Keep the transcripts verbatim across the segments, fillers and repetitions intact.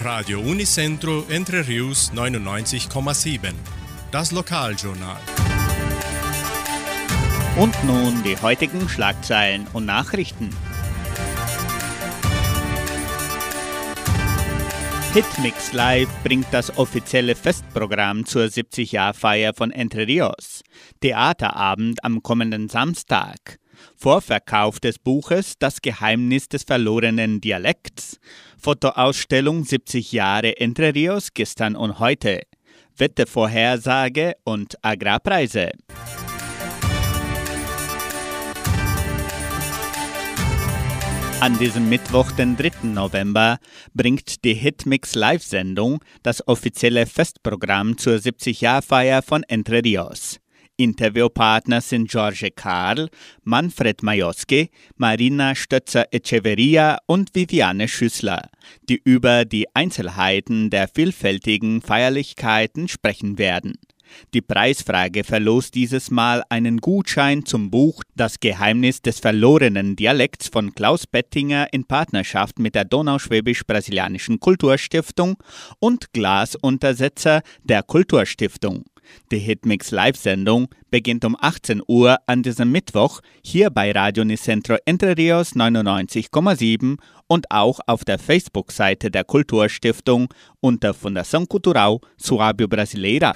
Radio Unicentro Entre Rius neunundneunzig Komma sieben. Das Lokaljournal. Und nun die heutigen Schlagzeilen und Nachrichten. Hitmix Live bringt das offizielle Festprogramm zur siebzig-Jahr-Feier von Entre Rios. Theaterabend am kommenden Samstag. Vorverkauf des Buches Das Geheimnis des verlorenen Dialekts. Fotoausstellung siebzig Jahre Entre Rios gestern und heute. Wettervorhersage und Agrarpreise. An diesem Mittwoch, den dritten November, bringt die Hitmix Live-Sendung das offizielle Festprogramm zur siebzig-Jahr-Feier von Entre Rios. Interviewpartner sind George Karl, Manfred Majewski, Marina Stötzer-Echeverria und Viviane Schüssler, die über die Einzelheiten der vielfältigen Feierlichkeiten sprechen werden. Die Preisfrage verlost dieses Mal einen Gutschein zum Buch Das Geheimnis des verlorenen Dialekts von Klaus Bettinger in Partnerschaft mit der Donauschwäbisch-Brasilianischen Kulturstiftung und Glasuntersetzer der Kulturstiftung. Die Hitmix Live-Sendung beginnt um achtzehn Uhr an diesem Mittwoch hier bei Radio Unicentro Entre Rios neunundneunzig Komma sieben und auch auf der Facebook-Seite der Kulturstiftung unter Fundação Cultural Suábio Brasileira.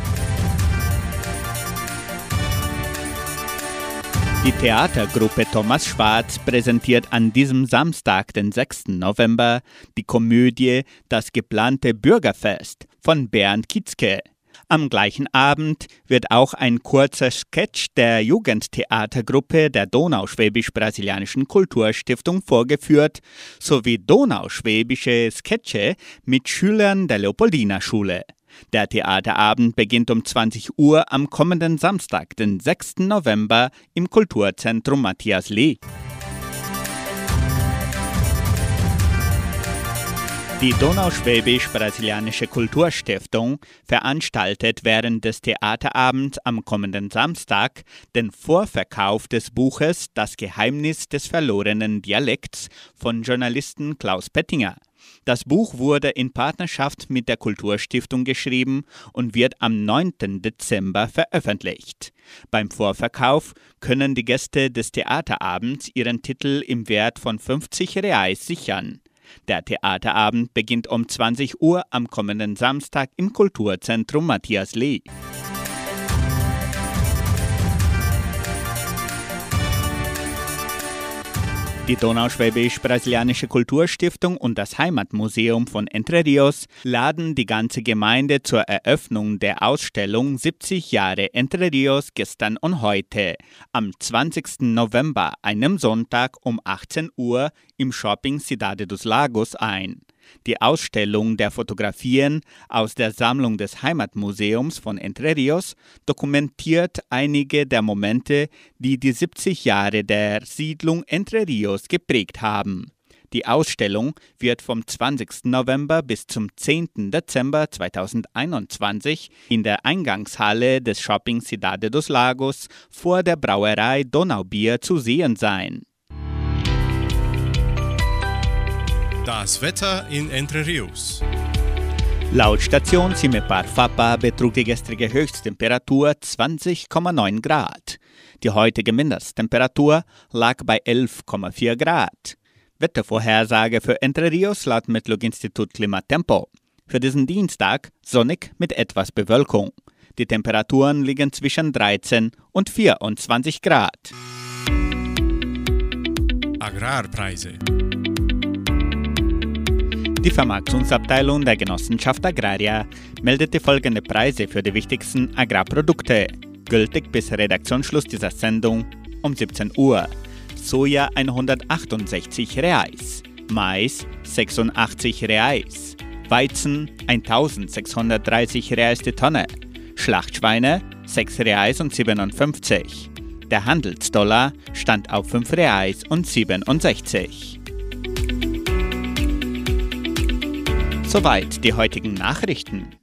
Die Theatergruppe Thomas Schwarz präsentiert an diesem Samstag, den sechsten November, die Komödie Das geplante Bürgerfest von Bernd Kietzke. Am gleichen Abend wird auch ein kurzer Sketch der Jugendtheatergruppe der Donauschwäbisch-Brasilianischen Kulturstiftung vorgeführt, sowie donauschwäbische Sketche mit Schülern der Leopoldina-Schule. Der Theaterabend beginnt um zwanzig Uhr am kommenden Samstag, den sechsten November, im Kulturzentrum Matthias Lee. Die Donauschwäbisch-Brasilianische Kulturstiftung veranstaltet während des Theaterabends am kommenden Samstag den Vorverkauf des Buches Das Geheimnis des verlorenen Dialekts von Journalisten Klaus Bettinger. Das Buch wurde in Partnerschaft mit der Kulturstiftung geschrieben und wird am neunten Dezember veröffentlicht. Beim Vorverkauf können die Gäste des Theaterabends ihren Titel im Wert von fünfzig Reais sichern. Der Theaterabend beginnt um zwanzig Uhr am kommenden Samstag im Kulturzentrum Matthias Lee. Die Donauschwäbisch-Brasilianische Kulturstiftung und das Heimatmuseum von Entre Rios laden die ganze Gemeinde zur Eröffnung der Ausstellung siebzig Jahre Entre Rios gestern und heute am zwanzigsten November, einem Sonntag um achtzehn Uhr im Shopping Cidade dos Lagos ein. Die Ausstellung der Fotografien aus der Sammlung des Heimatmuseums von Entre Rios dokumentiert einige der Momente, die die siebzig Jahre der Siedlung Entre Rios geprägt haben. Die Ausstellung wird vom zwanzigsten November bis zum zehnten Dezember zweitausendeinundzwanzig in der Eingangshalle des Shopping Cidade dos Lagos vor der Brauerei Donaubier zu sehen sein. Das Wetter in Entre Rios. Laut Station Cimepar Fapa betrug die gestrige Höchsttemperatur zwanzig Komma neun Grad. Die heutige Mindesttemperatur lag bei elf Komma vier Grad. Wettervorhersage für Entre Rios laut Metlog-Institut Klimatempo. Für diesen Dienstag sonnig mit etwas Bewölkung. Die Temperaturen liegen zwischen dreizehn und vierundzwanzig Grad. Agrarpreise. Die Vermarktungsabteilung der Genossenschaft Agraria meldete folgende Preise für die wichtigsten Agrarprodukte, gültig bis Redaktionsschluss dieser Sendung um siebzehn Uhr. Soja hundertachtundsechzig Reais, Mais sechsundachtzig Reais, Weizen eintausendsechshundertdreißig Reais die Tonne, Schlachtschweine sechs Reais und siebenundfünfzig. Der Handelsdollar stand auf fünf Reais und siebenundsechzig. Soweit die heutigen Nachrichten.